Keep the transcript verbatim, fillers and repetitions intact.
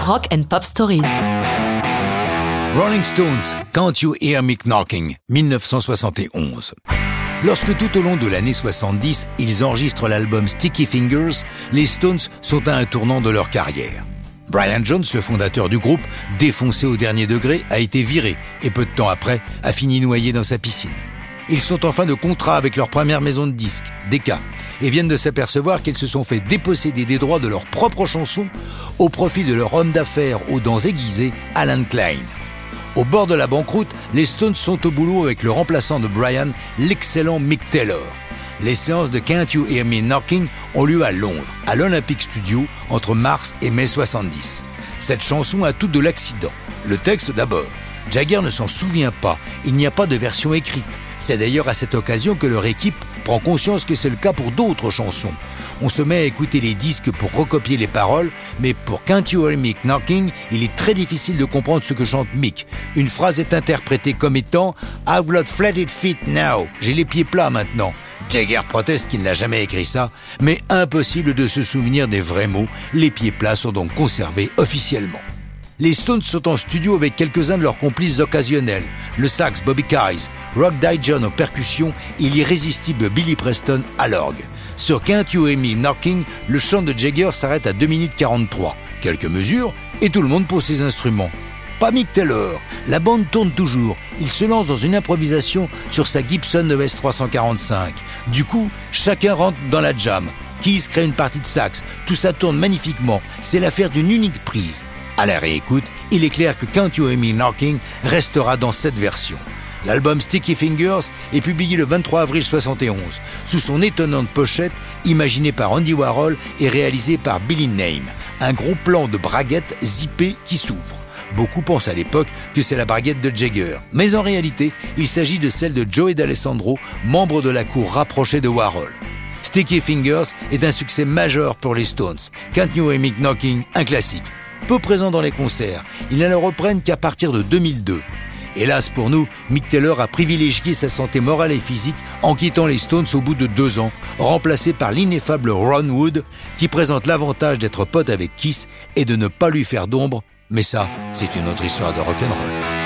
Rock and Pop Stories. Rolling Stones, Can't You Hear Me Knocking, dix-neuf cent soixante et onze. Lorsque tout au long de l'année soixante-dix, ils enregistrent l'album Sticky Fingers, les Stones sont à un tournant de leur carrière. Brian Jones, le fondateur du groupe, défoncé au dernier degré, a été viré et peu de temps après, a fini noyé dans sa piscine. Ils sont en fin de contrat avec leur première maison de disques, Decca, et viennent de s'apercevoir qu'ils se sont fait déposséder des droits de leurs propres chansons au profit de leur homme d'affaires aux dents aiguisées, Alan Klein. Au bord de la banqueroute, les Stones sont au boulot avec le remplaçant de Brian, l'excellent Mick Taylor. Les séances de Can't You Hear Me Knocking ont lieu à Londres, à l'Olympic Studio, entre mars et mai soixante-dix. Cette chanson a tout de l'accident. Le texte d'abord. Jagger ne s'en souvient pas, il n'y a pas de version écrite. C'est d'ailleurs à cette occasion que leur équipe prend conscience que c'est le cas pour d'autres chansons. On se met à écouter les disques pour recopier les paroles, mais pour Can't You Hear Me Knocking, il est très difficile de comprendre ce que chante Mick. Une phrase est interprétée comme étant « I've got flatted feet now », j'ai les pieds plats maintenant. Jagger proteste qu'il n'a jamais écrit ça, mais impossible de se souvenir des vrais mots, les pieds plats sont donc conservés officiellement. Les Stones sont en studio avec quelques-uns de leurs complices occasionnels, le sax Bobby Kyes, Rock Dyson aux percussions et l'irrésistible Billy Preston à l'orgue. Sur Can't You Hear Me Knocking, le chant de Jagger s'arrête à deux minutes quarante-trois. Quelques mesures et tout le monde pose ses instruments. Pas Mick Taylor, la bande tourne toujours. Il se lance dans une improvisation sur sa Gibson E S trois cent quarante-cinq. Du coup, chacun rentre dans la jam. Keys crée une partie de sax, tout ça tourne magnifiquement. C'est l'affaire d'une unique prise. À la réécoute, il est clair que Can't You Hear Me Knocking restera dans cette version. L'album Sticky Fingers est publié le vingt-trois avril soixante et onze, sous son étonnante pochette, imaginée par Andy Warhol et réalisée par Billy Name. Un gros plan de braguette zippée qui s'ouvre. Beaucoup pensent à l'époque que c'est la braguette de Jagger, mais en réalité, il s'agit de celle de Joey D'Alessandro, membre de la cour rapprochée de Warhol. Sticky Fingers est un succès majeur pour les Stones. Can't You Hear Me Knocking, un classique. Peu présent dans les concerts, ils ne le reprennent qu'à partir de deux mille deux. Hélas pour nous, Mick Taylor a privilégié sa santé morale et physique en quittant les Stones au bout de deux ans, remplacé par l'ineffable Ron Wood, qui présente l'avantage d'être pote avec Kiss et de ne pas lui faire d'ombre, mais ça, c'est une autre histoire de rock'n'roll.